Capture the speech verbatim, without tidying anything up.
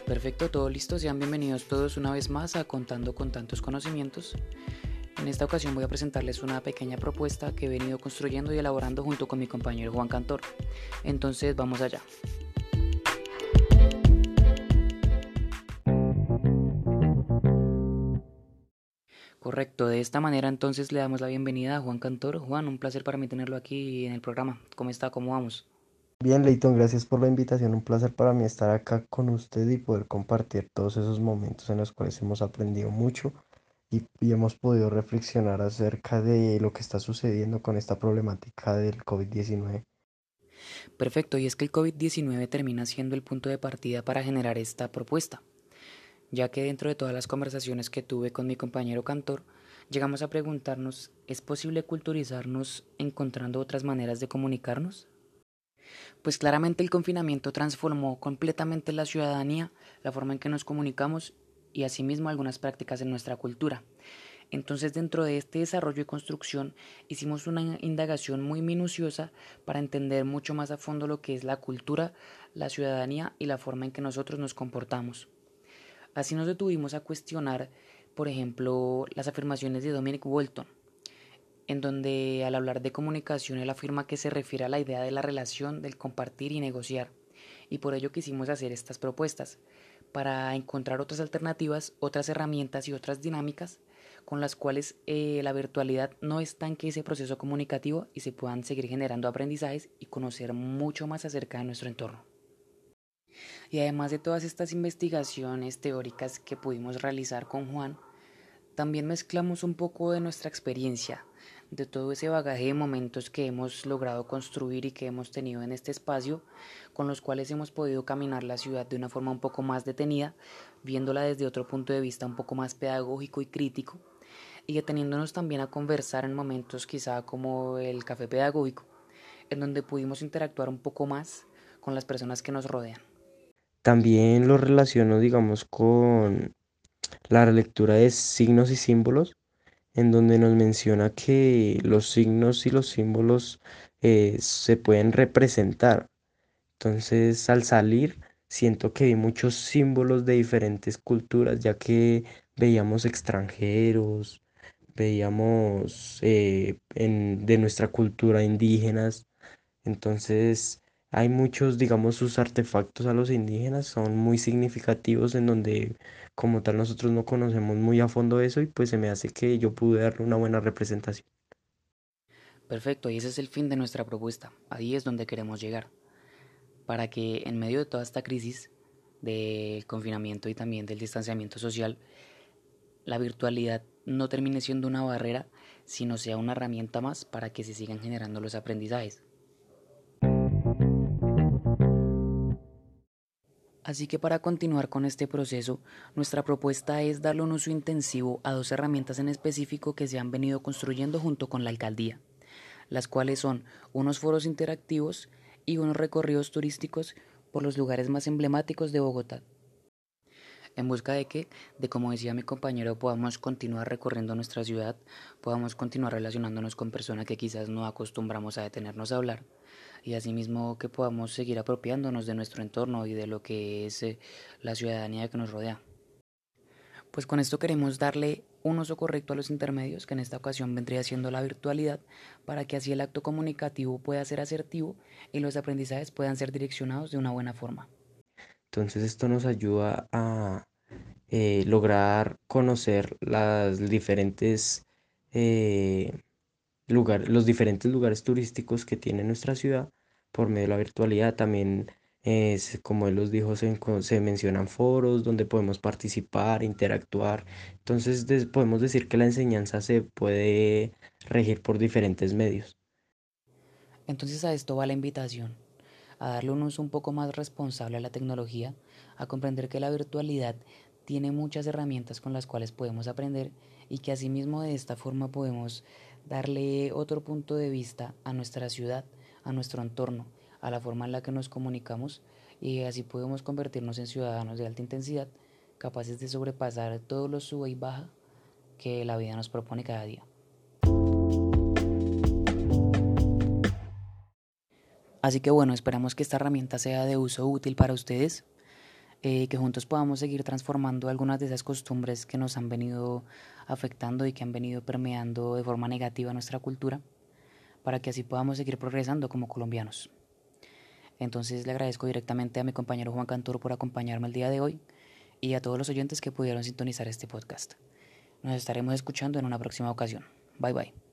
Perfecto, todo listo. Sean bienvenidos todos una vez más a Contando con Tantos Conocimientos. En esta ocasión voy a presentarles una pequeña propuesta que he venido construyendo y elaborando junto con mi compañero Juan Cantor. Entonces vamos allá. Correcto, de esta manera entonces le damos la bienvenida a Juan Cantor. Juan, un placer para mí tenerlo aquí en el programa. ¿Cómo está? ¿Cómo vamos? Bien, Leighton, gracias por la invitación. Un placer para mí estar acá con usted y poder compartir todos esos momentos en los cuales hemos aprendido mucho y, y hemos podido reflexionar acerca de lo que está sucediendo con esta problemática del covid diecinueve. Perfecto, y es que el covid diecinueve termina siendo el punto de partida para generar esta propuesta, ya que dentro de todas las conversaciones que tuve con mi compañero Cantor, llegamos a preguntarnos, ¿es posible culturizarnos encontrando otras maneras de comunicarnos? Pues claramente el confinamiento transformó completamente la ciudadanía, la forma en que nos comunicamos y asimismo algunas prácticas en nuestra cultura. Entonces, dentro de este desarrollo y construcción hicimos una indagación muy minuciosa para entender mucho más a fondo lo que es la cultura, la ciudadanía y la forma en que nosotros nos comportamos. Así nos detuvimos a cuestionar, por ejemplo, las afirmaciones de Dominic Walton, en donde al hablar de comunicación él afirma que se refiere a la idea de la relación, del compartir y negociar, y por ello quisimos hacer estas propuestas, para encontrar otras alternativas, otras herramientas y otras dinámicas con las cuales eh, la virtualidad no estanque ese proceso comunicativo y se puedan seguir generando aprendizajes y conocer mucho más acerca de nuestro entorno. Y además de todas estas investigaciones teóricas que pudimos realizar con Juan, también mezclamos un poco de nuestra experiencia, de todo ese bagaje de momentos que hemos logrado construir y que hemos tenido en este espacio, con los cuales hemos podido caminar la ciudad de una forma un poco más detenida, viéndola desde otro punto de vista un poco más pedagógico y crítico, y deteniéndonos también a conversar en momentos quizá como el café pedagógico, en donde pudimos interactuar un poco más con las personas que nos rodean. También lo relaciono, digamos, con la lectura de signos y símbolos, en donde nos menciona que los signos y los símbolos eh, se pueden representar. Entonces, al salir, siento que vi muchos símbolos de diferentes culturas, ya que veíamos extranjeros, veíamos eh, en- de nuestra cultura indígenas. Entonces, hay muchos, digamos, sus artefactos a los indígenas son muy significativos en donde como tal nosotros no conocemos muy a fondo eso y pues se me hace que yo pude darle una buena representación. Perfecto, y ese es el fin de nuestra propuesta. Ahí es donde queremos llegar, para que en medio de toda esta crisis del confinamiento y también del distanciamiento social, la virtualidad no termine siendo una barrera, sino sea una herramienta más para que se sigan generando los aprendizajes. Así que para continuar con este proceso, nuestra propuesta es darle un uso intensivo a dos herramientas en específico que se han venido construyendo junto con la alcaldía, las cuales son unos foros interactivos y unos recorridos turísticos por los lugares más emblemáticos de Bogotá. ¿En busca de qué? De, como decía mi compañero, podamos continuar recorriendo nuestra ciudad, podamos continuar relacionándonos con personas que quizás no acostumbramos a detenernos a hablar, y asimismo que podamos seguir apropiándonos de nuestro entorno y de lo que es eh, la ciudadanía que nos rodea. Pues con esto queremos darle un uso correcto a los intermedios, que en esta ocasión vendría siendo la virtualidad, para que así el acto comunicativo pueda ser asertivo y los aprendizajes puedan ser direccionados de una buena forma. Entonces esto nos ayuda a eh, lograr conocer las diferentes eh, lugar, los diferentes lugares turísticos que tiene nuestra ciudad por medio de la virtualidad. También, eh, se- como él los dijo, se, enco- se mencionan foros donde podemos participar, interactuar. Entonces, des- podemos decir que la enseñanza se puede regir por diferentes medios. Entonces a esto va la invitación, a darle un uso un poco más responsable a la tecnología, a comprender que la virtualidad tiene muchas herramientas con las cuales podemos aprender y que asimismo de esta forma podemos darle otro punto de vista a nuestra ciudad, a nuestro entorno, a la forma en la que nos comunicamos y así podemos convertirnos en ciudadanos de alta intensidad, capaces de sobrepasar todos los sube y baja que la vida nos propone cada día. Así que bueno, esperamos que esta herramienta sea de uso útil para ustedes. eh, que juntos podamos seguir transformando algunas de esas costumbres que nos han venido afectando y que han venido permeando de forma negativa nuestra cultura, para que así podamos seguir progresando como colombianos. Entonces le agradezco directamente a mi compañero Juan Cantor por acompañarme el día de hoy y a todos los oyentes que pudieron sintonizar este podcast. Nos estaremos escuchando en una próxima ocasión. Bye bye.